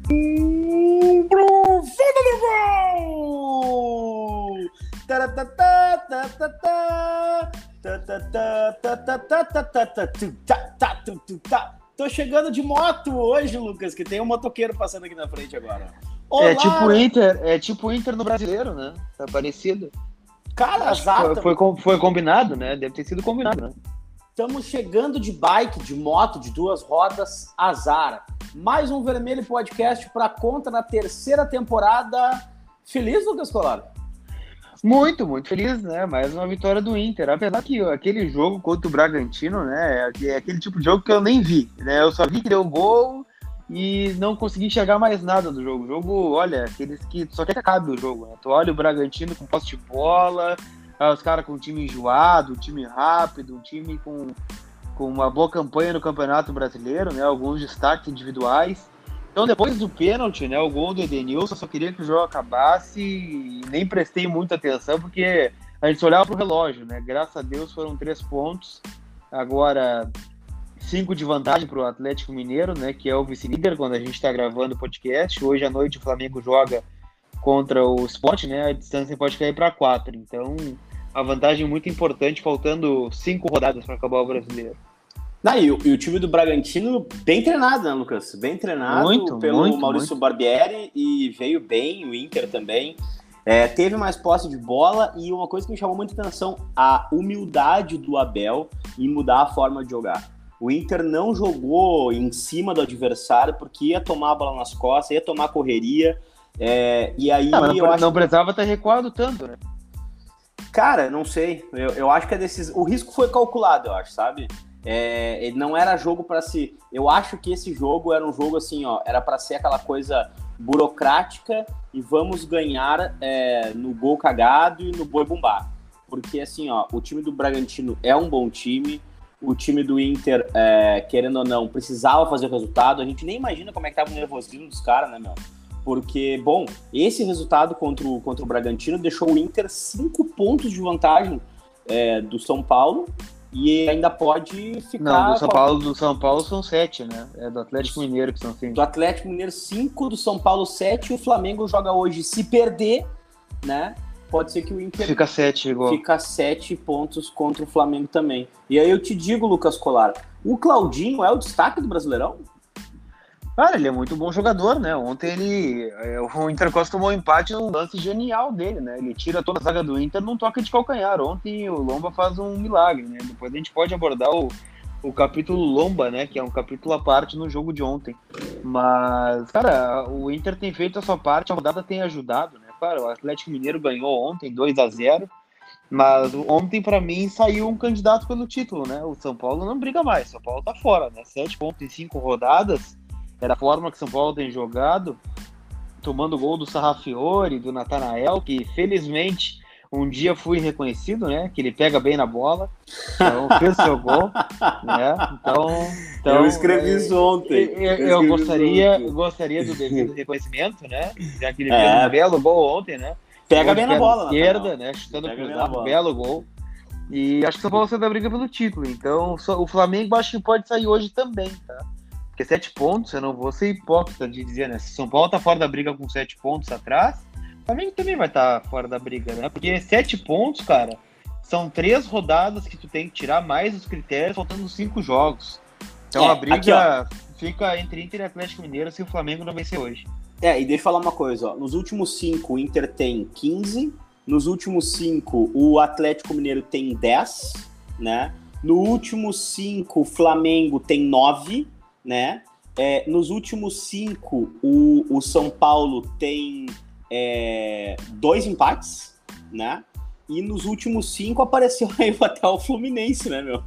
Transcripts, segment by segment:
Pro fundo do gol! Tô chegando de moto hoje, Lucas, que tem um motoqueiro passando aqui na frente agora. Olá! É tipo Inter no Brasileiro, né? Tá parecido. Cara, exato. Foi combinado, né? Deve ter sido combinado, né? Estamos chegando de bike, de moto, de duas rodas, azar. Mais um Vermelho Podcast para conta na terceira temporada. Feliz, Lucas Colar? Muito, muito feliz, né? Mais uma vitória do Inter. Apesar que aquele jogo contra o Bragantino, né? É aquele tipo de jogo que eu nem vi, né? Eu só vi que deu gol e não consegui enxergar mais nada do jogo. O jogo, olha, aqueles que só quer que acabe o jogo, né? Tu olha o Bragantino com posse de bola, os caras com um time enjoado, um time rápido, um time com uma boa campanha no Campeonato Brasileiro, né? Alguns destaques individuais. Então, depois do pênalti, né, o gol do Edenilson, só queria que o jogo acabasse e nem prestei muita atenção, porque a gente só olhava pro relógio, né? Graças a Deus foram 3 pontos. Agora, 5 de vantagem pro Atlético Mineiro, né, que é o vice-líder quando a gente está gravando o podcast. Hoje à noite o Flamengo joga contra o Sport, né? A distância pode cair para 4. Então, a vantagem muito importante, faltando 5 rodadas para acabar o Brasileiro. E o time do Bragantino bem treinado, né, Lucas? Bem treinado pelo Maurício Barbieri e veio bem, o Inter também. Teve mais posse de bola e uma coisa que me chamou muita atenção, a humildade do Abel em mudar a forma de jogar. O Inter não jogou em cima do adversário porque ia tomar a bola nas costas, ia tomar correria. E aí não precisava ter recuado tanto, né? Cara, não sei. Eu acho que o risco foi calculado, eu acho, sabe? Ele não era jogo para se... Eu acho que esse jogo era um jogo assim, ó, era para ser aquela coisa burocrática e vamos ganhar no gol cagado e no boi bumbá. Porque assim, ó, o time do Bragantino é um bom time, o time do Inter, querendo ou não, precisava fazer o resultado. A gente nem imagina como é que tava o nervosismo dos caras, né, meu? Porque, bom, esse resultado contra o Bragantino deixou o Inter 5 pontos de vantagem do São Paulo. E ainda pode ficar... Não, do São Paulo são 7, né? É do Atlético Mineiro que são 5. Do Atlético Mineiro 5, do São Paulo 7, e o Flamengo joga hoje. Se perder, né? Pode ser que o Inter... Fica 7 igual. Fica 7 pontos contra o Flamengo também. E aí eu te digo, Lucas Colar, o Claudinho é o destaque do Brasileirão? Cara, ele é muito bom jogador, né? Ontem o Inter quase tomou um empate num lance genial dele, né? Ele tira toda a zaga do Inter num toque de calcanhar. Ontem o Lomba faz um milagre, né? Depois a gente pode abordar o capítulo Lomba, né? Que é um capítulo à parte no jogo de ontem. Mas, cara, o Inter tem feito a sua parte, a rodada tem ajudado, né? Claro, o Atlético Mineiro ganhou ontem 2-0, mas ontem, pra mim, saiu um candidato pelo título, né? O São Paulo não briga mais, o São Paulo tá fora, né? 7 pontos em 5 rodadas. É da forma que São Paulo tem jogado, tomando gol do Sarrafiori, do Natanael, que felizmente um dia fui reconhecido, né? Que ele pega bem na bola, então fez seu gol, né? Então eu escrevi isso ontem. Eu gostaria do devido reconhecimento, né? Já que ele fez um belo gol ontem, né? Pega bem na bola, esquerda, né? Chutando cruzado, belo gol. E acho que o São Paulo sai da briga pelo título. Então o Flamengo acho que pode sair hoje também, tá? Porque 7 pontos, eu não vou ser hipócrita de dizer, né? Se o São Paulo tá fora da briga com 7 pontos atrás, o Flamengo também vai estar fora da briga, né? Porque 7 pontos, cara, são 3 rodadas que tu tem que tirar mais os critérios, faltando 5 jogos. Então a briga aqui, fica entre Inter e Atlético Mineiro se o Flamengo não vencer hoje. E deixa eu falar uma coisa, ó. Nos últimos 5, o Inter tem 15. Nos últimos 5, o Atlético Mineiro tem 10, né? No último 5, o Flamengo tem 9, né? Nos últimos 5, o São Paulo tem 2 empates, né? E nos últimos 5 apareceu aí até o Fluminense, né, meu?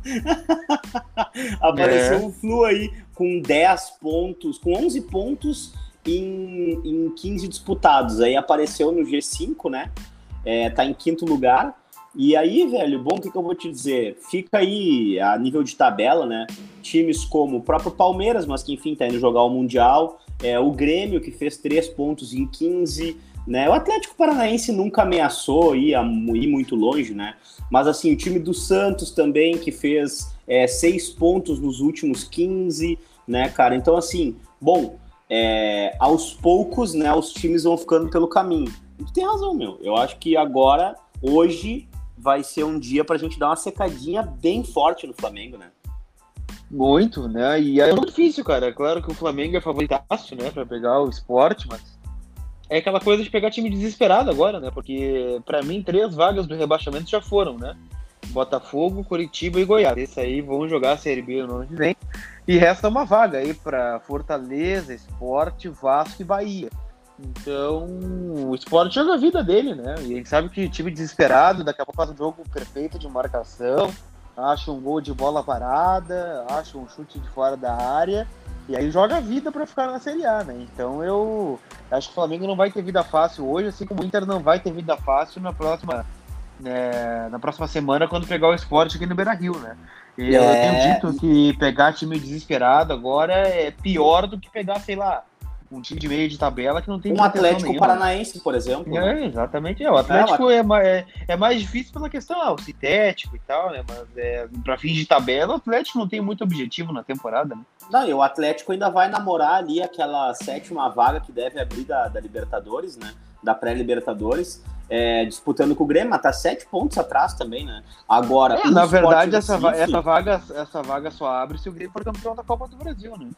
Apareceu o Flu aí com 10 pontos, com 11 pontos em 15 disputados. Aí apareceu no G5, né? Tá em 5º lugar. E aí, velho, bom, o que eu vou te dizer? Fica aí, a nível de tabela, né? Times como o próprio Palmeiras, mas que, enfim, tá indo jogar o Mundial. O Grêmio, que fez 3 pontos em 15, né? O Atlético Paranaense nunca ameaçou ir muito longe, né? Mas, assim, o time do Santos também, que fez 6 pontos nos últimos 15, né, cara? Então, assim, bom, aos poucos, né, os times vão ficando pelo caminho. E tu tem razão, meu. Eu acho que agora, hoje, vai ser um dia pra gente dar uma secadinha bem forte no Flamengo, né? Muito, né? E é muito difícil, cara. Claro que o Flamengo é favoritaço, né, pra pegar o Sport, mas é aquela coisa de pegar time desesperado agora, né? Porque, pra mim, 3 vagas do rebaixamento já foram, né? Botafogo, Curitiba e Goiás. Esse aí vão jogar a Série B no ano que vem. E resta uma vaga aí pra Fortaleza, Sport, Vasco e Bahia. Então, o Sport joga a vida dele, né? E a gente sabe que time desesperado, daqui a pouco faz um jogo perfeito de marcação, acha um gol de bola parada, acha um chute de fora da área, e aí joga a vida para ficar na Série A, né? Então eu acho que o Flamengo não vai ter vida fácil hoje, assim como o Inter não vai ter vida fácil na próxima semana, quando pegar o Sport aqui no Beira-Rio, né? E eu tenho dito que pegar time desesperado agora é pior do que pegar, sei lá, um time de meio de tabela que não tem um Atlético nenhuma. Paranaense, por exemplo. Exatamente. O Atlético é mais difícil pela questão, o sintético e tal, né? Mas para fins de tabela, o Atlético não tem muito objetivo na temporada, né? Não, e o Atlético ainda vai namorar ali aquela 7ª vaga que deve abrir da Libertadores, né? Da pré-Libertadores, disputando com o Grêmio, mas tá 7 pontos atrás também, né? Agora, na verdade, essa vaga só abre se o Grêmio for campeão da Copa do Brasil, né?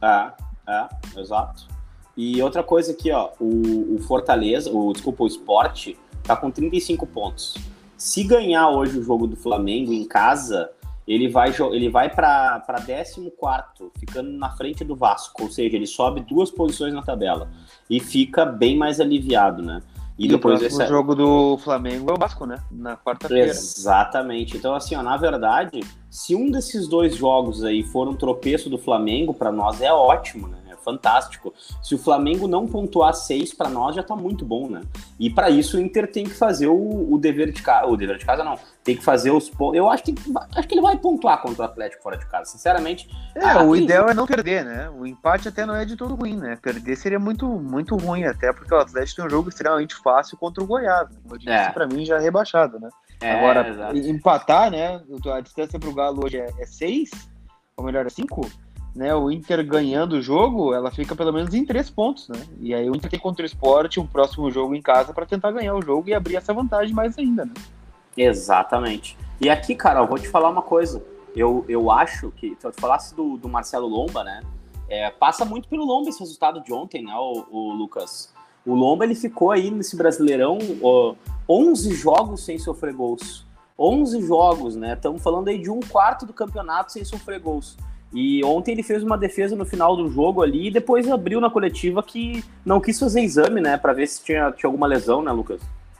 Exato. E outra coisa aqui, ó, o Fortaleza, o Sport, tá com 35 pontos. Se ganhar hoje o jogo do Flamengo em casa, ele vai para 14º, ficando na frente do Vasco, ou seja, ele sobe 2 posições na tabela e fica bem mais aliviado, né? E depois o jogo do Flamengo é o Vasco, né? Na quarta-feira. Exatamente. Então, assim, ó, na verdade, se um desses 2 jogos aí for um tropeço do Flamengo, para nós é ótimo, né? Fantástico. Se o Flamengo não pontuar 6, para nós já tá muito bom, né? E para isso o Inter tem que fazer o dever de casa. O dever de casa não. Tem que fazer os pontos. Eu acho que ele vai pontuar contra o Atlético fora de casa, sinceramente. O ideal é não perder, né? O empate até não é de todo ruim, né? Perder seria muito, muito ruim, até porque o Atlético tem um jogo extremamente fácil contra o Goiás. Como eu disse, para mim já é rebaixado, né? Agora, exato. Empatar, né? A distância pro Galo hoje é 6, ou melhor, é 5. Né, o Inter ganhando o jogo, ela fica pelo menos em 3 pontos, né? E aí o Inter tem contra o Sport um próximo jogo em casa para tentar ganhar o jogo e abrir essa vantagem mais ainda, né? Exatamente. E aqui, cara, eu vou te falar uma coisa. Eu acho que, tu falasse do Marcelo Lomba, né? Passa muito pelo Lomba esse resultado de ontem, né, o Lucas? O Lomba, ele ficou aí nesse Brasileirão 11 jogos sem sofrer gols. 11 jogos, né? Estamos falando aí de 1/4 do campeonato sem sofrer gols. E ontem ele fez uma defesa no final do jogo ali e depois abriu na coletiva que não quis fazer exame, né? Pra ver se tinha alguma lesão, né, Lucas?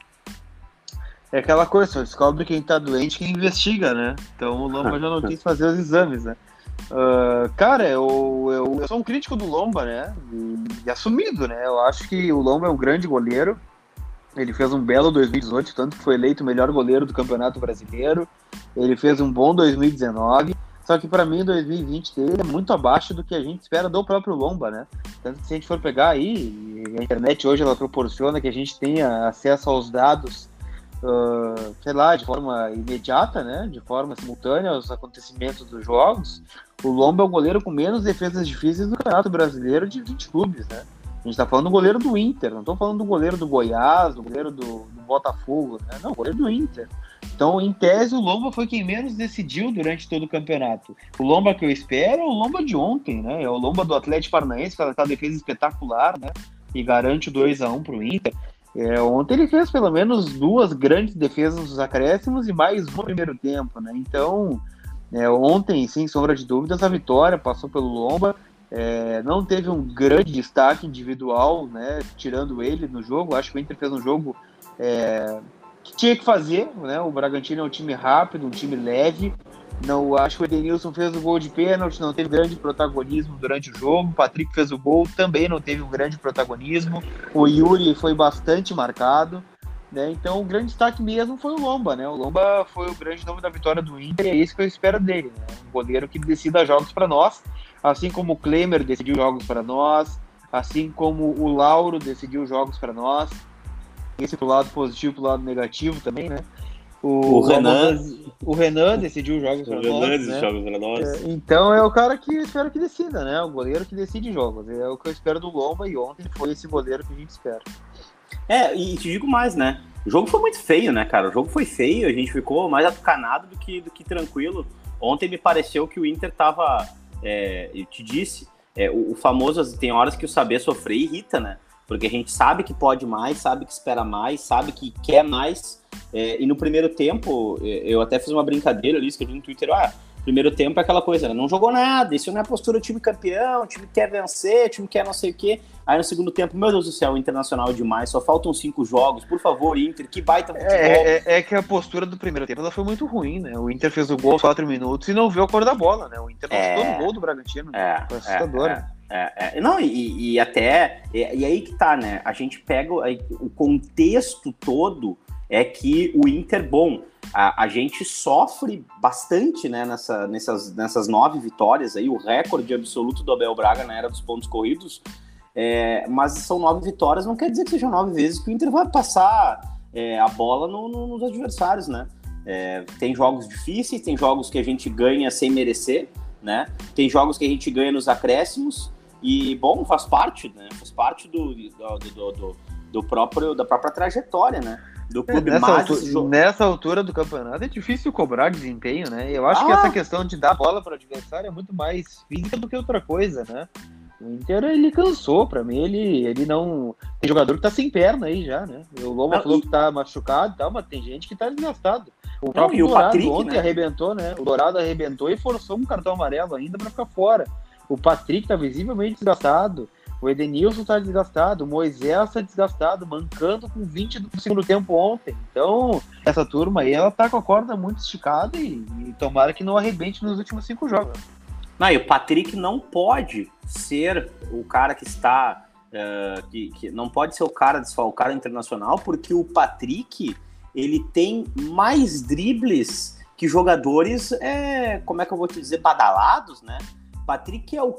É aquela coisa, só descobre quem tá doente, quem investiga, né? Então o Lomba já não quis fazer os exames, né? Cara, eu sou um crítico do Lomba, né? E assumido, né? Eu acho que o Lomba é um grande goleiro. Ele fez um belo 2018, tanto que foi eleito o melhor goleiro do Campeonato Brasileiro. Ele fez um bom 2019. Só que para mim, 2020 dele é muito abaixo do que a gente espera do próprio Lomba, né? Tanto que se a gente for pegar aí, a internet hoje ela proporciona que a gente tenha acesso aos dados, sei lá, de forma imediata, né? De forma simultânea aos acontecimentos dos jogos. O Lomba é o goleiro com menos defesas difíceis do Campeonato Brasileiro de 20 clubes, né? A gente tá falando do goleiro do Inter, não tô falando do goleiro do Goiás, do goleiro do Botafogo, né? Não, o goleiro do Inter. Então, em tese, o Lomba foi quem menos decidiu durante todo o campeonato. O Lomba que eu espero é o Lomba de ontem, né? É o Lomba do Atlético Paranaense, com aquela defesa espetacular, né? E garante o 2-1 pro Inter. Ontem ele fez pelo menos 2 grandes defesas nos acréscimos e mais um no primeiro tempo, né? Então, ontem, sem sombra de dúvidas, a vitória passou pelo Lomba. Não teve um grande destaque individual, né? Tirando ele no jogo. Acho que o Inter fez um jogo que tinha que fazer, né? O Bragantino é um time rápido, um time leve. Não, acho que o Edenilson fez o gol de pênalti, não teve grande protagonismo durante o jogo. O Patrick fez o gol, também não teve um grande protagonismo. O Yuri foi bastante marcado, né? Então o grande destaque mesmo foi o Lomba, né? O Lomba foi o grande nome da vitória do Inter e é isso que eu espero dele, né? Um goleiro que decida jogos para nós, assim como o Klemer decidiu jogos para nós, assim como o Lauro decidiu jogos para nós. Esse pro lado positivo, pro lado negativo também, né? O Renan decidiu jogos para nós, né? Então é o cara que eu espero que decida, né? O goleiro que decide jogos. É o que eu espero do Lomba, e ontem foi esse goleiro que a gente espera. E te digo mais, né? O jogo foi muito feio, né, cara? O jogo foi feio, a gente ficou mais atucanado do que tranquilo. Ontem me pareceu que o Inter tava... eu te disse, o famoso, tem horas que o saber sofrer irrita, né? Porque a gente sabe que pode mais, sabe que espera mais, sabe que quer mais. E no primeiro tempo, eu até fiz uma brincadeira ali, escrevi no Twitter, primeiro tempo é aquela coisa, né? Não jogou nada, isso não é postura time campeão, o time quer vencer, o time quer não sei o quê. Aí no segundo tempo, meu Deus do céu, Internacional demais, só faltam 5 jogos, por favor, Inter, que baita futebol. É que a postura do primeiro tempo ela foi muito ruim, né? O Inter fez o gol aos 4 minutos e não viu a cor da bola, né? O Inter não chutou no gol do Bragantino, foi assustador. Não, e até, e aí que tá, né? A gente pega o contexto todo, é que o Inter, a gente sofre bastante, né, nessas 9 vitórias aí, o recorde absoluto do Abel Braga na era dos pontos corridos, mas são 9 vitórias, não quer dizer que sejam 9 vezes que o Inter vai passar a bola nos adversários, né? Tem jogos difíceis, tem jogos que a gente ganha sem merecer, né? Tem jogos que a gente ganha nos acréscimos, e, faz parte, né? Faz parte da própria trajetória, né? Do clube nessa altura do campeonato é difícil cobrar desempenho, né? Eu acho que essa questão de dar bola para o adversário é muito mais física do que outra coisa, né? O Inter, ele cansou, pra mim, ele não... Tem jogador que tá sem perna aí já, né? O Lomba falou que tá machucado e tal, mas tem gente que tá desgastado. O próprio Dourado Patrick, ontem, né, arrebentou, né? O Dourado arrebentou e forçou um cartão amarelo ainda pra ficar fora. O Patrick tá visivelmente desgastado. O Edenilson tá desgastado. O Moisés tá desgastado, mancando com 20 do segundo tempo ontem. Então, essa turma aí, ela tá com a corda muito esticada e tomara que não arrebente nos últimos 5 jogos. Não, e o Patrick não pode ser o cara que está... que não pode ser o cara desfalcado internacional, porque o Patrick, ele tem mais dribles que jogadores, como é que eu vou te dizer, badalados, né? Patrick é o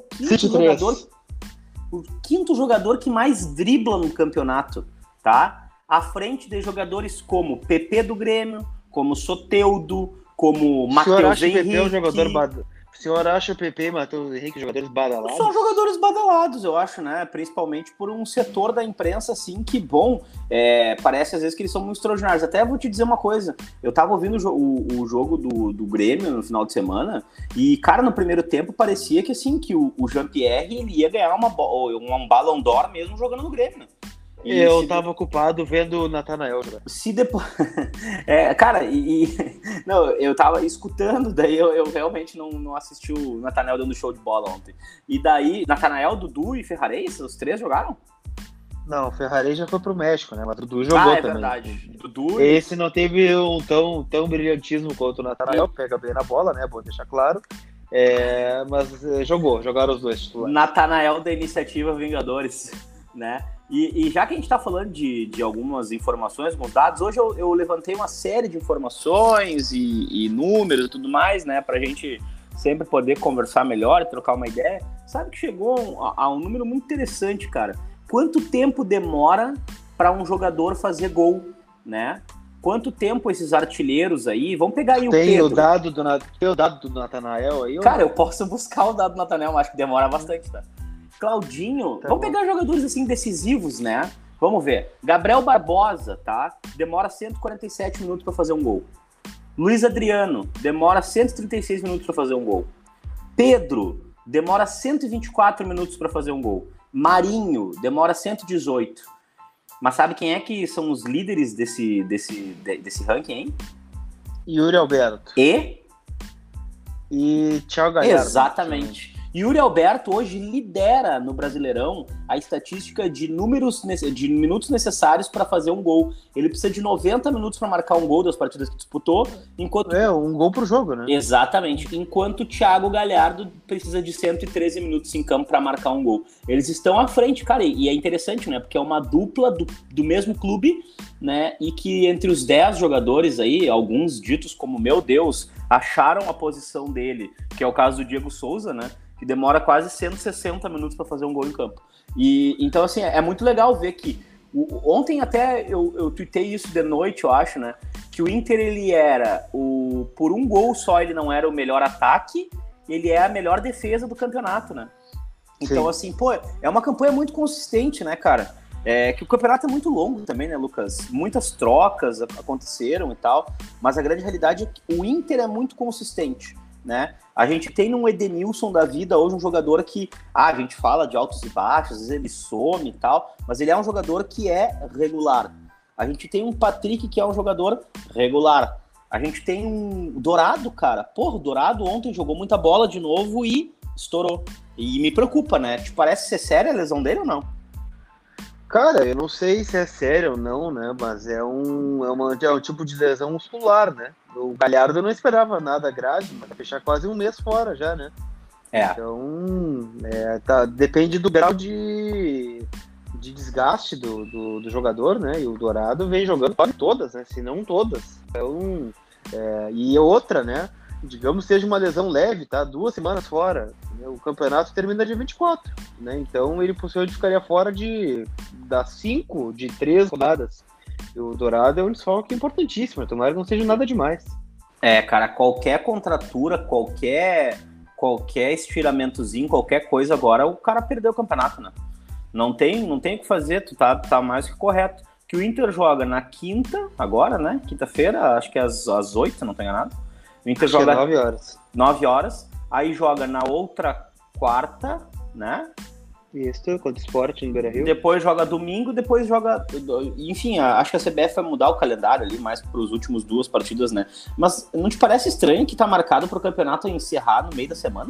quinto jogador que mais dribla no campeonato, tá? À frente de jogadores como Pepe do Grêmio, como Soteldo, como Matheus Henrique. O senhor acha o Pepe e Matheus Henrique jogadores badalados? São jogadores badalados, eu acho, né? Principalmente por um setor da imprensa, assim, que, parece às vezes que eles são muito extraordinários. Até vou te dizer uma coisa, eu tava ouvindo o jogo do Grêmio no final de semana, e, cara, no primeiro tempo parecia que, assim, que o Jean-Pierre, ele ia ganhar um Ballon d'Or mesmo jogando no Grêmio, né? Eu tava ocupado vendo o Natanael jogar. Se depois... cara, não, eu tava escutando, daí eu realmente não assisti o Natanael dando show de bola ontem. E daí, Natanael, Dudu e Ferrarese, os 3 jogaram? Não, o Ferrarese já foi pro México, né? Mas o Dudu jogou também. Verdade. Dudu... Esse não teve um tão brilhantismo quanto o Natanael, pega bem na bola, né? Bom deixar claro. Mas jogaram os dois titulares. Natanael da iniciativa Vingadores, né? E já que a gente está falando de algumas informações, alguns dados, hoje eu levantei uma série de informações e números e tudo mais, né, para a gente sempre poder conversar melhor, trocar uma ideia. Sabe que chegou a um número muito interessante, cara. Quanto tempo demora para um jogador fazer gol, né? Quanto tempo esses artilheiros aí... Vamos pegar aí o Pedro. Tem o dado do Natanael aí? Cara, eu posso buscar o dado do Natanael, mas acho que demora bastante, tá? Claudinho, vamos pegar jogadores assim decisivos, né? Vamos ver. Gabriel Barbosa, tá? Demora 147 minutos para fazer um gol. Luiz Adriano demora 136 minutos para fazer um gol. Pedro demora 124 minutos para fazer um gol. Marinho demora 118. Mas sabe quem é que são os líderes desse ranking, hein? Yuri Alberto. E Thiago Galhardo. Exatamente. Yuri Alberto hoje lidera no Brasileirão a estatística de minutos necessários para fazer um gol. Ele precisa de 90 minutos para marcar um gol das partidas que disputou, enquanto... um gol pro jogo, né? Exatamente. Enquanto o Thiago Galhardo precisa de 113 minutos em campo para marcar um gol. Eles estão à frente, cara, e é interessante, né? Porque é uma dupla do mesmo clube, né? E que entre os 10 jogadores aí, alguns ditos como, meu Deus, acharam a posição dele, que é o caso do Diego Souza, né? Que demora quase 160 minutos para fazer um gol em campo. E então, assim, é muito legal ver que Ontem até eu tuitei isso de noite, eu acho, né? Que o Inter, ele era por um gol só, ele não era o melhor ataque, ele é a melhor defesa do campeonato, né? Então, sim, assim, pô, é uma campanha muito consistente, né, cara? Que o campeonato é muito longo também, né, Lucas? Muitas trocas aconteceram e tal, mas a grande realidade é que o Inter é muito consistente, né? A gente tem um Edenilson da vida hoje, um jogador que, a gente fala de altos e baixos, às vezes ele some e tal, mas ele é um jogador que é regular. A gente tem um Patrick que é um jogador regular. A gente tem um Dourado, cara. Porra, o Dourado ontem jogou muita bola de novo e estourou. E me preocupa, né? Te parece ser séria a lesão dele ou não? Cara, eu não sei se é sério ou não, né? Mas é um tipo de lesão muscular, né? O Galhardo não esperava nada grave, mas vai fechar quase um mês fora já, né? Então, depende do grau de desgaste do jogador, né? E o Dourado vem jogando quase todas, né? Se não todas. Então, e outra, né? Digamos que seja uma lesão leve, tá? 2 semanas fora. Né? O campeonato termina dia 24, né? Então ele possivelmente ficaria fora das 5, de 3 rodadas. E o Dourado é um desfalque importantíssimo. Tomara que não seja nada demais. Cara, qualquer contratura, qualquer estiramentozinho, qualquer coisa agora, o cara perdeu o campeonato, né? Não tem o que fazer, tu tá mais que correto. Que o Inter joga na quinta, agora, né? Quinta-feira, acho que às 8, não tô enganado. O Inter joga 9 horas. 9 horas, aí joga na outra quarta, né? Isso, contra o Sport em Beira-Rio. Depois joga domingo, depois joga... Enfim, acho que a CBF vai mudar o calendário ali, mais para os últimos 2 partidas, né? Mas não te parece estranho que tá marcado pro campeonato encerrar no meio da semana?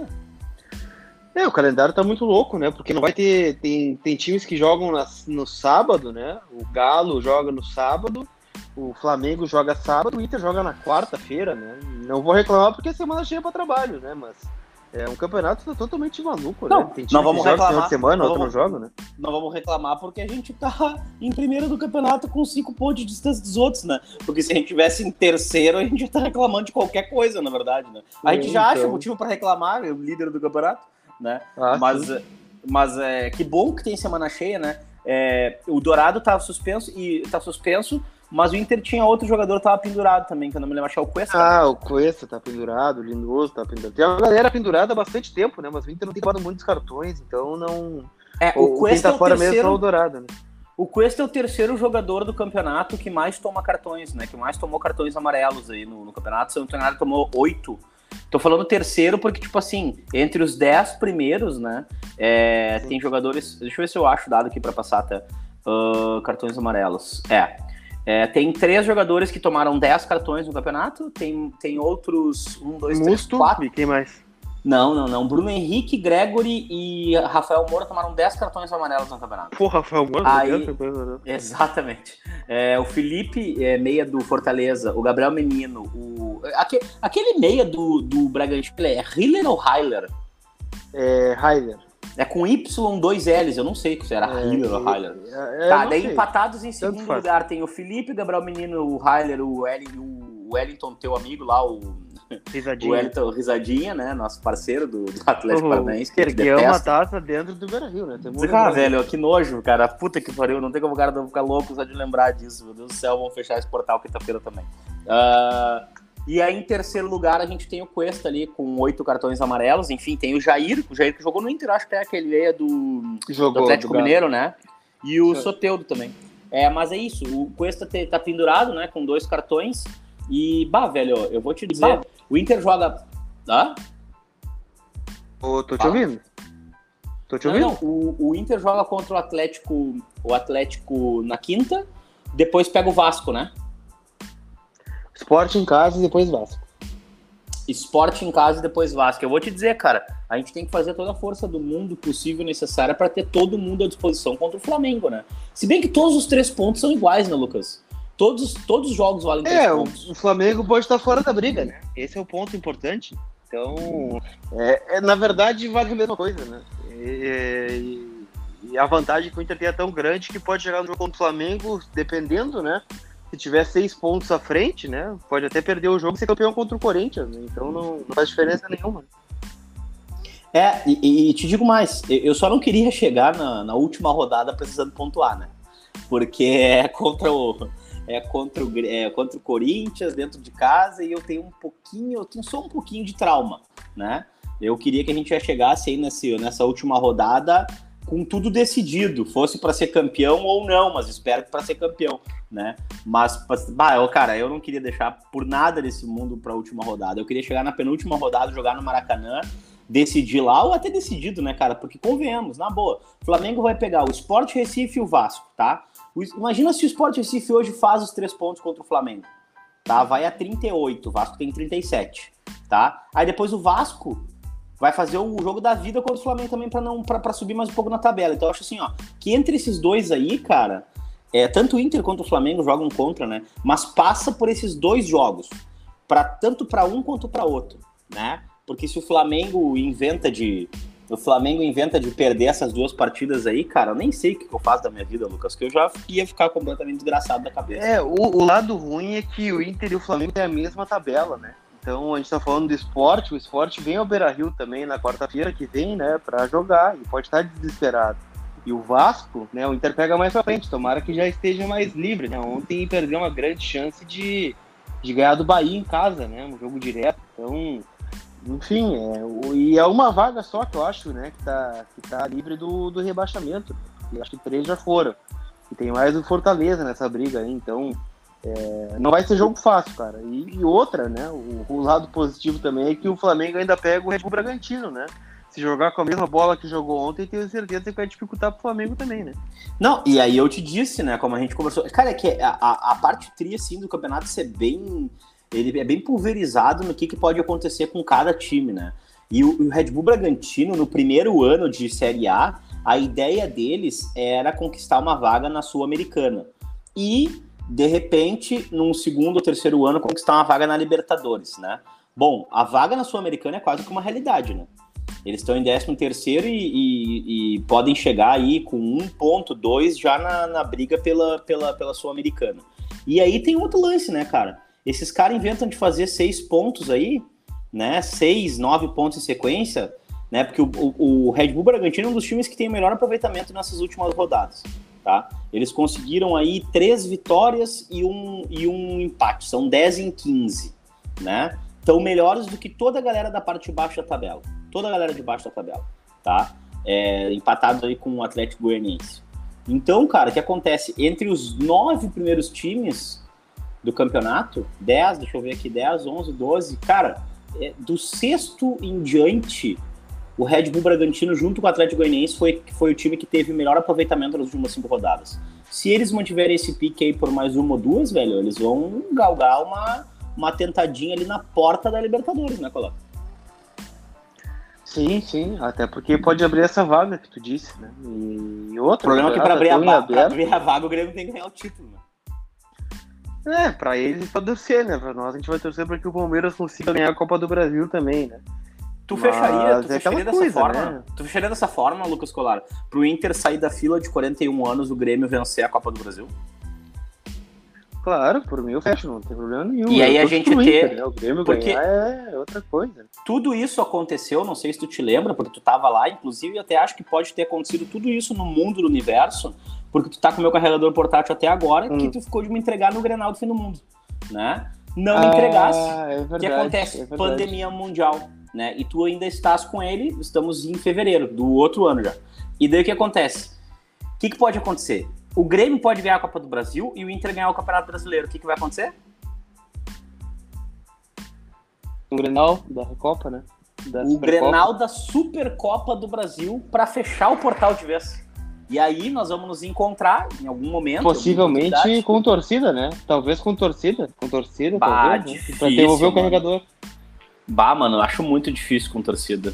O calendário tá muito louco, né? Porque não vai ter... Tem times que jogam no sábado, né? O Galo joga no sábado, o Flamengo joga sábado, o Inter joga na quarta-feira, né? Não vou reclamar porque é semana cheia para trabalho, né? Mas é um campeonato totalmente maluco, não, né? Tem não vamos que joga reclamar. Final de semana, outro não joga, né? Não vamos reclamar porque a gente tá em primeiro do campeonato com 5 pontos de distância dos outros, né? Porque se a gente tivesse em terceiro, a gente já tá reclamando de qualquer coisa, na verdade, né? A gente já acha motivo para reclamar, é o líder do campeonato, né? Mas que bom que tem semana cheia, né? O Dourado tá suspenso, mas o Inter tinha outro jogador que tava pendurado também, que eu não me lembro, achar o Cuesta. O Cuesta tá pendurado, o Lindoso tá pendurado. Tem uma galera pendurada há bastante tempo, né? Mas o Inter não tem tomado muitos cartões, então não... O Cuesta quem tá fora mesmo é o Dourado, né? O Cuesta é o terceiro jogador do campeonato que mais toma cartões, né? Que mais tomou cartões amarelos aí no campeonato. Se eu não tô enganado, tomou 8. Tô falando terceiro porque, tipo assim, entre os 10 primeiros, né? Tem jogadores... Deixa eu ver se eu acho dado aqui pra passar até. Cartões amarelos. Tem 3 jogadores que tomaram 10 cartões no campeonato. Tem outros 1, 2, 3, 4. E quem mais? Não. Bruno Henrique, Gregory e Rafael Moura tomaram 10 cartões amarelos no campeonato. Pô, Rafael Moura? Exatamente. O Felipe, meia do Fortaleza. O Gabriel Menino. Aquele meia do Bragantino é Hiller ou Heiler? Heiler. É com Y, 2 L's, eu não sei se era Hiller ou Heiler. Daí empatados em segundo lugar tem o Felipe, o Gabriel Menino, o Heiler, o Wellington, teu amigo lá, o Wellington Risadinha, né? Nosso parceiro do Atlético Paranaense. Que ergueu uma taça dentro do Beira-Rio, né? Velho, que nojo, cara. Puta que pariu, não tem como o cara não ficar louco só de lembrar disso. Meu Deus do céu, vamos fechar esse portal quinta-feira também. E aí, em terceiro lugar, a gente tem o Cuesta ali, com 8 cartões amarelos. Enfim, tem o Jair que jogou no Inter, acho que é aquele meia do Atlético Mineiro, né? E o Soteldo também. Mas é isso, o Cuesta tá pendurado, né, com 2 cartões. E, velho, eu vou te dizer, o Inter joga... Tô te ouvindo. Não, o Inter joga contra o Atlético na quinta, depois pega o Vasco, né? Sport em casa e depois Vasco. Sport em casa e depois Vasco. Eu vou te dizer, cara, a gente tem que fazer toda a força do mundo possível necessária para ter todo mundo à disposição contra o Flamengo, né? Se bem que todos os 3 pontos são iguais, né, Lucas? Todos os jogos valem 3 pontos. O Flamengo pode estar fora da briga, né? Esse é o ponto importante. Então, na verdade, vale a mesma coisa, né? E a vantagem que o Inter tem é tão grande que pode chegar no jogo contra o Flamengo, dependendo, né? Se tiver 6 pontos à frente, né? Pode até perder o jogo e ser campeão contra o Corinthians, né? Então não faz diferença nenhuma. E te digo mais, eu só não queria chegar na última rodada precisando pontuar, né? porque é contra o Corinthians dentro de casa e eu tenho só um pouquinho de trauma, né? Eu queria que a gente já chegasse aí nessa última rodada com tudo decidido, fosse para ser campeão ou não, mas espero que para ser campeão, né? Mas, cara, eu não queria deixar por nada desse mundo para a última rodada. Eu queria chegar na penúltima rodada, jogar no Maracanã, decidir lá, ou até decidido, né, cara? Porque convenhamos, na boa, o Flamengo vai pegar o Sport Recife e o Vasco, tá? Imagina se o Sport Recife hoje faz os 3 pontos contra o Flamengo, tá? Vai a 38, o Vasco tem 37, tá? Aí depois o Vasco vai fazer o jogo da vida contra o Flamengo também para subir mais um pouco na tabela. Então eu acho assim, ó, que entre esses dois aí, cara, tanto o Inter quanto o Flamengo jogam contra, né? Mas passa por esses 2 jogos, tanto para um quanto para outro, né? Porque se o Flamengo inventa de perder essas 2 partidas aí, cara, eu nem sei o que eu faço da minha vida, Lucas, que eu já ia ficar completamente desgraçado da cabeça. O lado ruim é que o Inter e o Flamengo têm a mesma tabela, né? Então a gente tá falando do esporte, o esporte vem ao Beira-Rio também na quarta-feira que vem, né, pra jogar, e pode estar desesperado. E o Vasco, né, o Inter pega mais pra frente, tomara que já esteja mais livre, né? Ontem perdeu uma grande chance de ganhar do Bahia em casa, né, um jogo direto, então, enfim, e é uma vaga só que eu acho, né, que tá livre do rebaixamento, eu acho que 3 já foram, e tem mais o Fortaleza nessa briga aí, então... não vai ser jogo fácil, cara. E outra, né? O lado positivo também é que o Flamengo ainda pega o Red Bull Bragantino, né? Se jogar com a mesma bola que jogou ontem, tenho certeza que vai dificultar pro Flamengo também, né? Não, e aí eu te disse, né? Como a gente conversou. Cara, é que a parte tri, assim, do campeonato ser bem. Ele é bem pulverizado no que pode acontecer com cada time, né? E o Red Bull Bragantino, no primeiro ano de Série A, a ideia deles era conquistar uma vaga na Sul-Americana. E de repente, num segundo ou terceiro ano, conquistar uma vaga na Libertadores, né? Bom, a vaga na Sul-Americana é quase que uma realidade, né? Eles estão em 13º e podem chegar aí com 1,2 já na briga pela Sul-Americana. E aí tem outro lance, né, cara? Esses caras inventam de fazer 6 pontos aí, né? 6, 9 pontos em sequência, né? Porque o Red Bull Bragantino é um dos times que tem o melhor aproveitamento nessas últimas rodadas. Tá? Eles conseguiram aí 3 vitórias e um empate, são 10 em 15, né? Estão melhores do que toda a galera da parte de baixo da tabela, toda a galera de baixo da tabela, tá? Empatados aí com o Atlético Goianiense. Então, cara, o que acontece? Entre os 9 primeiros times do campeonato, 10, deixa eu ver aqui, 10, 11, 12, cara, do 6º em diante, o Red Bull Bragantino, junto com o Atlético Goianiense, foi o time que teve o melhor aproveitamento nas últimas 5 rodadas. Se eles mantiverem esse pique aí por mais 1 ou 2, velho, eles vão galgar uma tentadinha ali na porta da Libertadores, né, Coló? Sim, até porque pode abrir essa vaga que tu disse, né? E outro. O problema é que pra abrir a vaga o Grêmio tem que ganhar o título, né? Pra eles pode torcer, né? Pra nós a gente vai torcer pra que o Palmeiras consiga ganhar a Copa do Brasil também, né? Tu fecharia dessa coisa, forma, né? Tu fecharia dessa forma, Lucas Colar, pro Inter sair da fila de 41 anos, o Grêmio vencer a Copa do Brasil? Claro, por mim eu fecho, não tem problema nenhum. E aí a gente ter... Né? O Grêmio porque ganhar é outra coisa. Tudo isso aconteceu, não sei se tu te lembra, porque tu tava lá, inclusive eu até acho que pode ter acontecido tudo isso no mundo, no universo, porque tu tá com o meu carregador portátil até agora, que tu ficou de me entregar no Grenal do fim do mundo, né? Não me entregasse. O que acontece? Pandemia mundial. Né? E tu ainda estás com ele, estamos em fevereiro do outro ano já. E daí o que acontece? O que pode acontecer? O Grêmio pode ganhar a Copa do Brasil e o Inter ganhar o Campeonato Brasileiro. O que vai acontecer? O Grenal da Recopa, né? O Grenal da Supercopa do Brasil para fechar o portal de vez. E aí nós vamos nos encontrar em algum momento. Possivelmente com torcida, né? Talvez com torcida. Talvez, difícil, né? Pra devolver o carregador. Mano, eu acho muito difícil com torcida.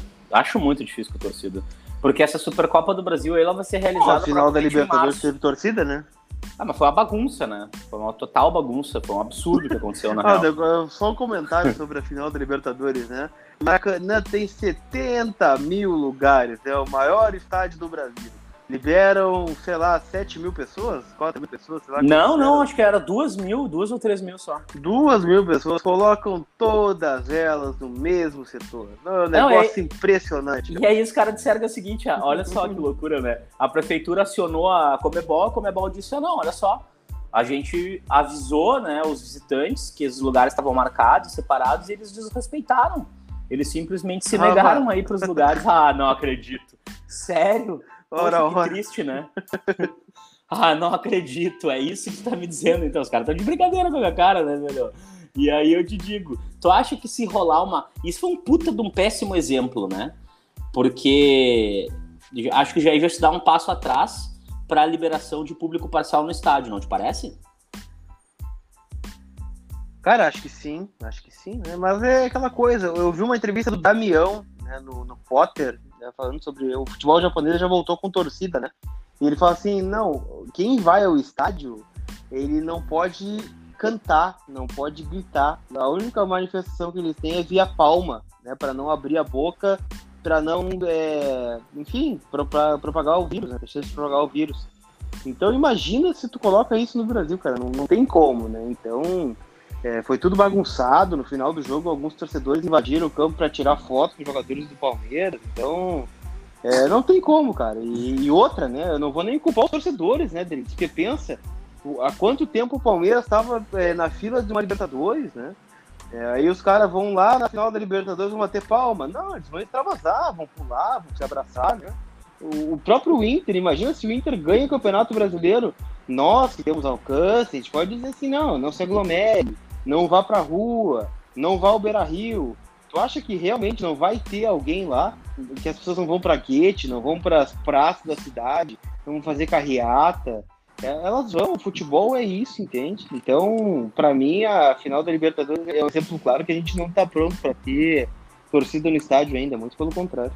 Porque essa Supercopa do Brasil aí, ela vai ser realizada... A final da Libertadores teve torcida, né? Mas foi uma bagunça, né? Foi uma total bagunça. Foi um absurdo que aconteceu na real. Só um comentário sobre a final da Libertadores, né? Maracanã tem 70 mil lugares. É o maior estádio do Brasil. liberam, sei lá, 7 mil pessoas, 4 mil pessoas, sei lá. Não, acho que era 2.000, 2 ou 3.000 só. 2 mil pessoas, colocam todas elas no mesmo setor. Um negócio impressionante. E aí os caras disseram que é o seguinte, olha só que loucura, né? A prefeitura acionou a Conmebol disse, não, olha só, a gente avisou, né, os visitantes que os lugares estavam marcados, separados, e eles desrespeitaram. Eles simplesmente se negaram a ir para os lugares. Não acredito. Sério? Poxa, que triste, né? Não acredito. É isso que tu tá me dizendo. Então, os caras estão de brincadeira com a minha cara, né, velho? E aí eu te digo, tu acha que se rolar uma... Isso foi um puta de um péssimo exemplo, né? Porque acho que já se dá um passo atrás para a liberação de público parcial no estádio, não te parece? Cara, acho que sim, né? Mas é aquela coisa, eu vi uma entrevista do Damião, né, no Potter, né, falando sobre o futebol japonês já voltou com torcida, né? E ele fala assim, não, quem vai ao estádio, ele não pode cantar, não pode gritar. A única manifestação que eles têm é via palma, né, para não abrir a boca, para não, enfim, para propagar o vírus, né, deixar de propagar o vírus. Então imagina se tu coloca isso no Brasil, cara, não tem como, né? Então... foi tudo bagunçado. No final do jogo, alguns torcedores invadiram o campo para tirar foto com os jogadores do Palmeiras. Então, não tem como, cara. E outra, né? Eu não vou nem culpar os torcedores, né, deles, porque pensa há quanto tempo o Palmeiras estava na fila de uma Libertadores, né? Aí os caras vão lá na final da Libertadores, vão bater palma. Não, eles vão extravasar, vão pular, vão se abraçar, né? O próprio Inter, imagina se o Inter ganha o Campeonato Brasileiro. Nós que temos alcance, a gente pode dizer assim, não se aglomere, não vá pra rua, não vá ao Beira-Rio. Tu acha que realmente não vai ter alguém lá, que as pessoas não vão pra guete, não vão pras praças da cidade, não vão fazer carreata? Elas vão, o futebol é isso, entende? Então, pra mim, a final da Libertadores é um exemplo claro que a gente não tá pronto pra ter torcida no estádio ainda, muito pelo contrário.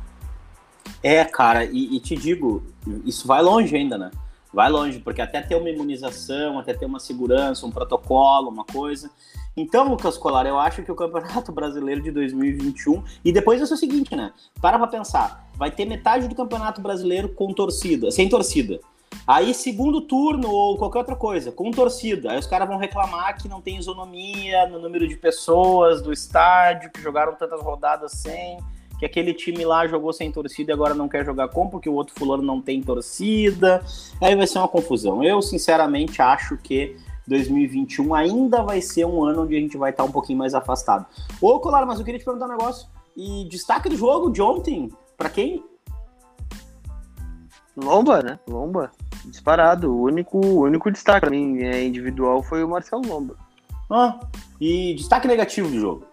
Cara, e te digo, isso vai longe ainda, né? Vai longe, porque até ter uma imunização, até ter uma segurança, um protocolo, uma coisa. Então, Lucas Colar, eu acho que o Campeonato Brasileiro de 2021... E depois é o seguinte, né? Para pensar. Vai ter metade do Campeonato Brasileiro com torcida, sem torcida. Aí, segundo turno ou qualquer outra coisa, com torcida. Aí os caras vão reclamar que não tem isonomia no número de pessoas do estádio, que jogaram tantas rodadas sem... que aquele time lá jogou sem torcida e agora não quer jogar com, porque o outro fulano não tem torcida. Aí vai ser uma confusão. Eu, sinceramente, acho que 2021 ainda vai ser um ano onde a gente vai estar um pouquinho mais afastado. Ô, Colar, mas eu queria te perguntar um negócio. E destaque do jogo de ontem, pra quem? Lomba, né? Lomba. Disparado. O único destaque pra mim individual foi o Marcelo Lomba. E destaque negativo do jogo?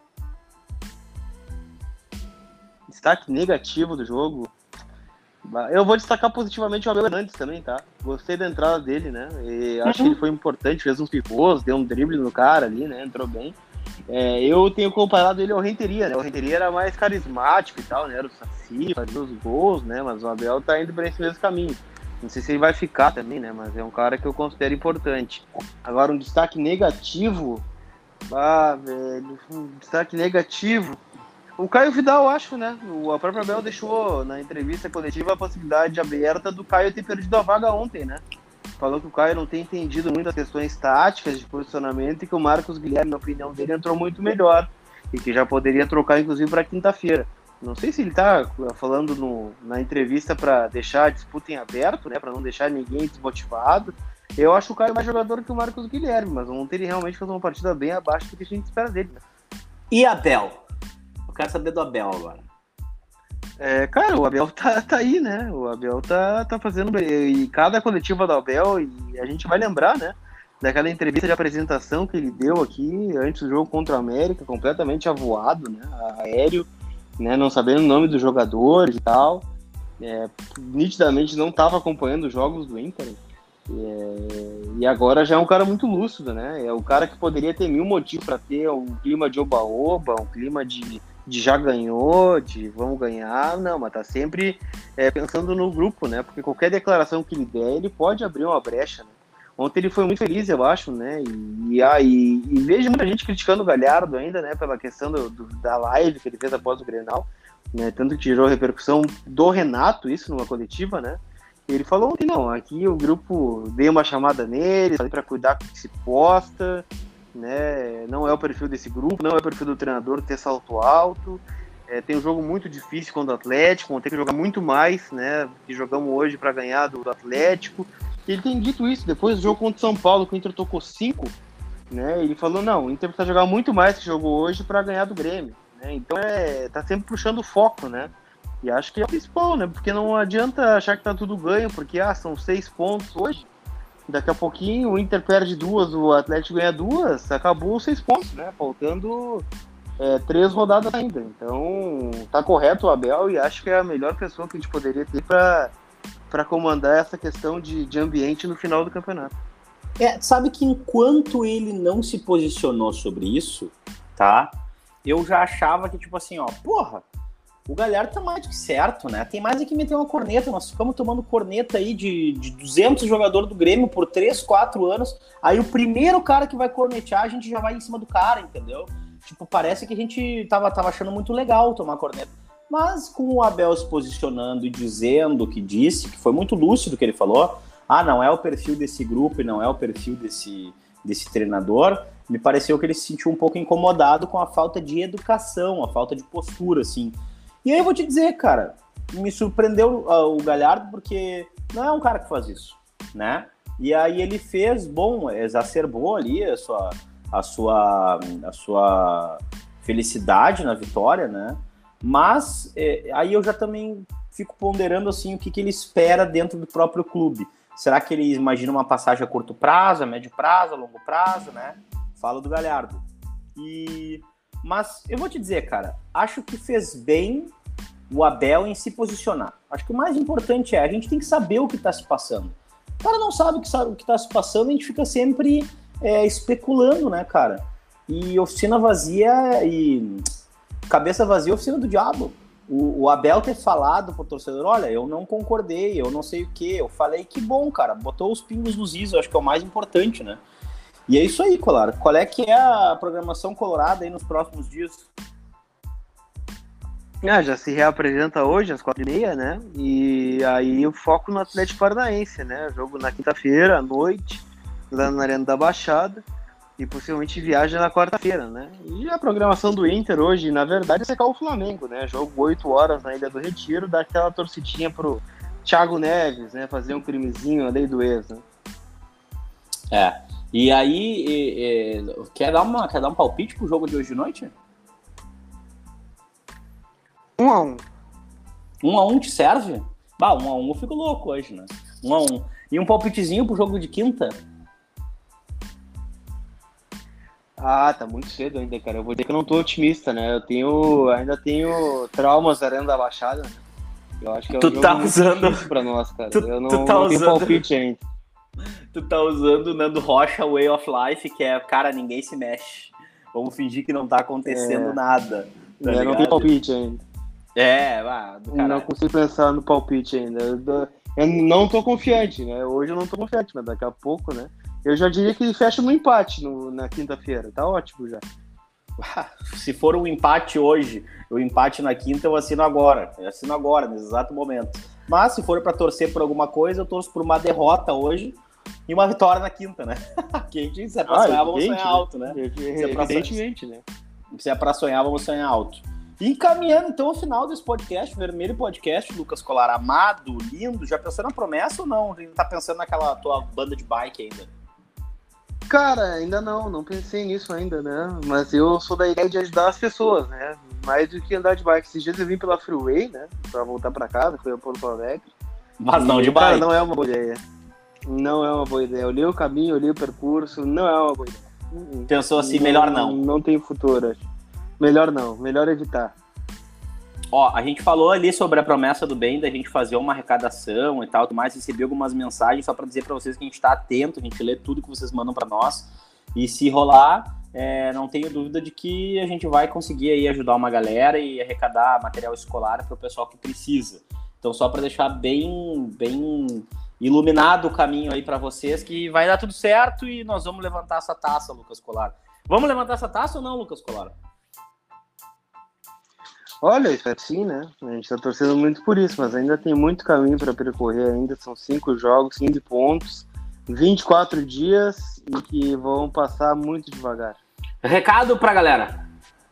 Destaque negativo do jogo, eu vou destacar positivamente o Abel Hernandes também, tá? Gostei da entrada dele, né? E acho que ele foi importante, fez uns pivôs, deu um drible no cara ali, né? Entrou bem. Eu tenho comparado ele ao Renteria, né? O Renteria era mais carismático e tal, né? Era o Saci, fazia os gols, né? Mas o Abel tá indo por esse mesmo caminho. Não sei se ele vai ficar também, né? Mas é um cara que eu considero importante. Agora, um destaque negativo... velho... Um destaque negativo... O Caio Vidal, acho, né? A própria Abel deixou na entrevista coletiva a possibilidade aberta do Caio ter perdido a vaga ontem, né? Falou que o Caio não tem entendido muito as questões táticas de posicionamento e que o Marcos Guilherme, na opinião dele, entrou muito melhor e que já poderia trocar, inclusive, para quinta-feira. Não sei se ele tá falando na entrevista para deixar a disputa em aberto, né? Para não deixar ninguém desmotivado. Eu acho o Caio mais jogador que o Marcos Guilherme, mas ontem ele realmente fez uma partida bem abaixo do que a gente espera dele, né? E Abel? Quero saber do Abel agora. Cara, o Abel tá aí, né? O Abel tá fazendo... E cada coletiva do Abel, e a gente vai lembrar, né? Daquela entrevista de apresentação que ele deu aqui antes do jogo contra o América, completamente avoado, né? Aéreo, né? Não sabendo o nome dos jogadores e tal. Nitidamente não estava acompanhando os jogos do Inter. E agora já é um cara muito lúcido, né? É o cara que poderia ter mil motivos para ter um clima de oba-oba, um clima de já ganhou, de vamos ganhar, não, mas tá sempre pensando no grupo, né? Porque qualquer declaração que ele der, ele pode abrir uma brecha, né? Ontem ele foi muito feliz, eu acho, né? E vejo muita gente criticando o Galhardo ainda, né? Pela questão da live que ele fez após o Grenal, né? Tanto que tirou repercussão do Renato, isso numa coletiva, né? Ele falou que não, aqui o grupo deu uma chamada nele, para cuidar com o que se posta, né? Não é o perfil desse grupo, não é o perfil do treinador ter salto alto. Tem um jogo muito difícil contra o Atlético, vão ter que jogar muito mais, né? Que jogamos hoje para ganhar do Atlético. Ele tem dito isso depois do jogo contra o São Paulo, que o Inter tocou 5, né? Ele falou, não, o Inter precisa jogar muito mais que jogou hoje para ganhar do Grêmio, né? Então tá sempre puxando o foco, né? E acho que é o principal, né? Porque não adianta achar que tá tudo ganho, porque são 6 pontos hoje. Daqui a pouquinho o Inter perde 2, o Atlético ganha 2, acabou os 6 pontos, né? Faltando 3 rodadas ainda. Então tá correto o Abel e acho que é a melhor pessoa que a gente poderia ter para comandar essa questão de ambiente no final do campeonato. Sabe que enquanto ele não se posicionou sobre isso, tá? Eu já achava que, tipo assim, porra, o Galhardo tá mais do que certo, né? Tem mais é que meter uma corneta. Nós ficamos tomando corneta aí de 200 jogadores do Grêmio por 3, 4 anos. Aí o primeiro cara que vai cornetear, a gente já vai em cima do cara, entendeu? Tipo, parece que a gente tava achando muito legal tomar corneta. Mas com o Abel se posicionando e dizendo o que disse, que foi muito lúcido o que ele falou, não é o perfil desse grupo e não é o perfil desse treinador, me pareceu que ele se sentiu um pouco incomodado com a falta de educação, a falta de postura, assim. E aí eu vou te dizer, cara, me surpreendeu o Galhardo porque não é um cara que faz isso, né? E aí ele fez, exacerbou ali a sua felicidade na vitória, né? Mas aí eu já também fico ponderando assim o que ele espera dentro do próprio clube. Será que ele imagina uma passagem a curto prazo, a médio prazo, a longo prazo, né? Fala do Galhardo. Mas eu vou te dizer, cara, acho que fez bem o Abel em se posicionar. Acho que o mais importante a gente tem que saber o que está se passando. O cara não sabe o que está se passando, a gente fica sempre especulando, né, cara? E oficina vazia e cabeça vazia é oficina do diabo. O Abel ter falado pro torcedor, olha, eu não concordei, eu não sei o que, eu falei, que bom, cara, botou os pingos nos is, eu acho que é o mais importante, né? E é isso aí, Colar. Qual é que é a programação colorada aí nos próximos dias? Já se reapresenta hoje, às 4h30, né? E aí o foco no Atlético Paranaense, né? Jogo na quinta-feira, à noite, lá na Arena da Baixada. E possivelmente viaja na quarta-feira, né? E a programação do Inter hoje, na verdade, é secar o Flamengo, né? Jogo 8 horas na Ilha do Retiro, dá aquela torcidinha pro Thiago Neves, né? Fazer um crimezinho, a lei do ex, né? E aí, quer dar um palpite pro jogo de hoje de noite? 1-1. 1-1 te serve? 1-1 eu fico louco hoje, né? 1-1. E um palpitezinho pro jogo de quinta? Tá muito cedo ainda, cara. Eu vou dizer que eu não tô otimista, né? Ainda tenho traumas da Arena da Baixada. Né? Eu acho que é um jogo muito difícil pra nós, cara. Eu não tenho palpite ainda. Tu tá usando o Nando Rocha Way of Life, que é, cara, ninguém se mexe. Vamos fingir que não tá acontecendo nada. Tá eu não tenho palpite ainda. Não consigo pensar no palpite ainda. Eu não tô confiante, né? Hoje eu não tô confiante, mas daqui a pouco, né? Eu já diria que fecha no empate na quinta-feira. Tá ótimo já. Se for um empate hoje, o empate na quinta, eu assino agora. Nesse exato momento. Mas se for para torcer por alguma coisa, eu torço por uma derrota hoje e uma vitória na quinta, né? Se é pra sonhar, vamos sonhar alto, né? Evidentemente, né? Se é pra sonhar, vamos sonhar alto. E encaminhando, então, ao final desse podcast, Vermelho Podcast, Lucas Colar, amado, lindo. Já pensou na promessa ou não? Ainda tá pensando naquela tua banda de bike ainda? Cara, ainda não pensei nisso ainda, né? Mas eu sou da ideia de ajudar as pessoas, né? Mais do que andar de bike. Esses dias eu vim pela Freeway, né? Pra voltar pra casa, fui a Porto Alegre. Mas não de bike. Cara, não é uma boa ideia. Não é uma boa ideia. Eu olhei o caminho, olhei o percurso, não é uma boa ideia. Pensou assim, melhor não. Não tem futuro, acho. Melhor não, melhor evitar. A gente falou ali sobre a promessa do bem, da gente fazer uma arrecadação e tal, mais recebi algumas mensagens só para dizer para vocês que a gente está atento, a gente lê tudo que vocês mandam para nós, e se rolar, não tenho dúvida de que a gente vai conseguir aí ajudar uma galera e arrecadar material escolar para o pessoal que precisa. Então só para deixar bem iluminado o caminho aí para vocês, que vai dar tudo certo e nós vamos levantar essa taça, Lucas Colar. Vamos levantar essa taça ou não, Lucas Colar? Olha, isso é assim, né? A gente tá torcendo muito por isso, mas ainda tem muito caminho para percorrer ainda. São 5 jogos, 15 pontos, 24 dias e que vão passar muito devagar. Recado pra galera.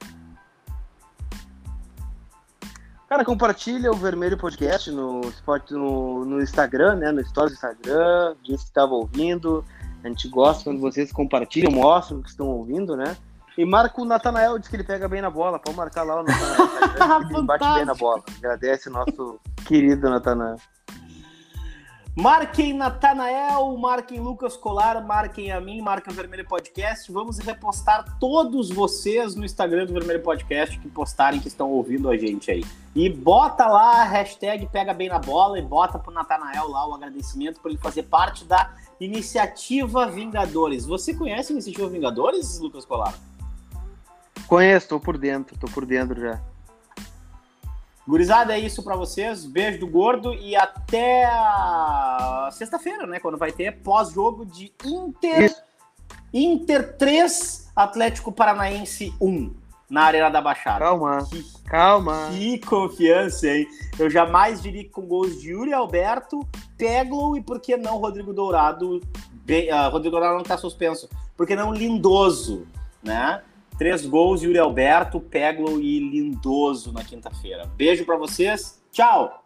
Cara, compartilha o Vermelho Podcast no Instagram, né? No Stories do Instagram, diz que estava ouvindo. A gente gosta quando vocês compartilham, mostram que estão ouvindo, né? E marca o Natanael, diz que ele pega bem na bola. Pode marcar lá o Natanael, ele bate bem na bola. Agradece o nosso querido Natanael. Marquem Natanael, marquem Lucas Colar, marquem a mim, marquem o Vermelho Podcast. Vamos repostar todos vocês no Instagram do Vermelho Podcast que postarem que estão ouvindo a gente aí. E bota lá a hashtag Pega Bem na Bola e bota pro Natanael lá o agradecimento por ele fazer parte da Iniciativa Vingadores. Você conhece a Iniciativa Vingadores, Lucas Colar? Conheço, tô por dentro já. Gurizada, é isso pra vocês. Beijo do gordo e até a sexta-feira, né? Quando vai ter pós-jogo de Inter 3, Atlético Paranaense 1, na Arena da Baixada. Calma. Que confiança, hein? Eu jamais diria que com gols de Yuri Alberto, Peglow e, por que não, Rodrigo Dourado. Rodrigo Dourado não tá suspenso. Por que não, Lindoso, né? 3 gols, Yuri Alberto, Peglow e Lindoso na quinta-feira. Beijo pra vocês. Tchau!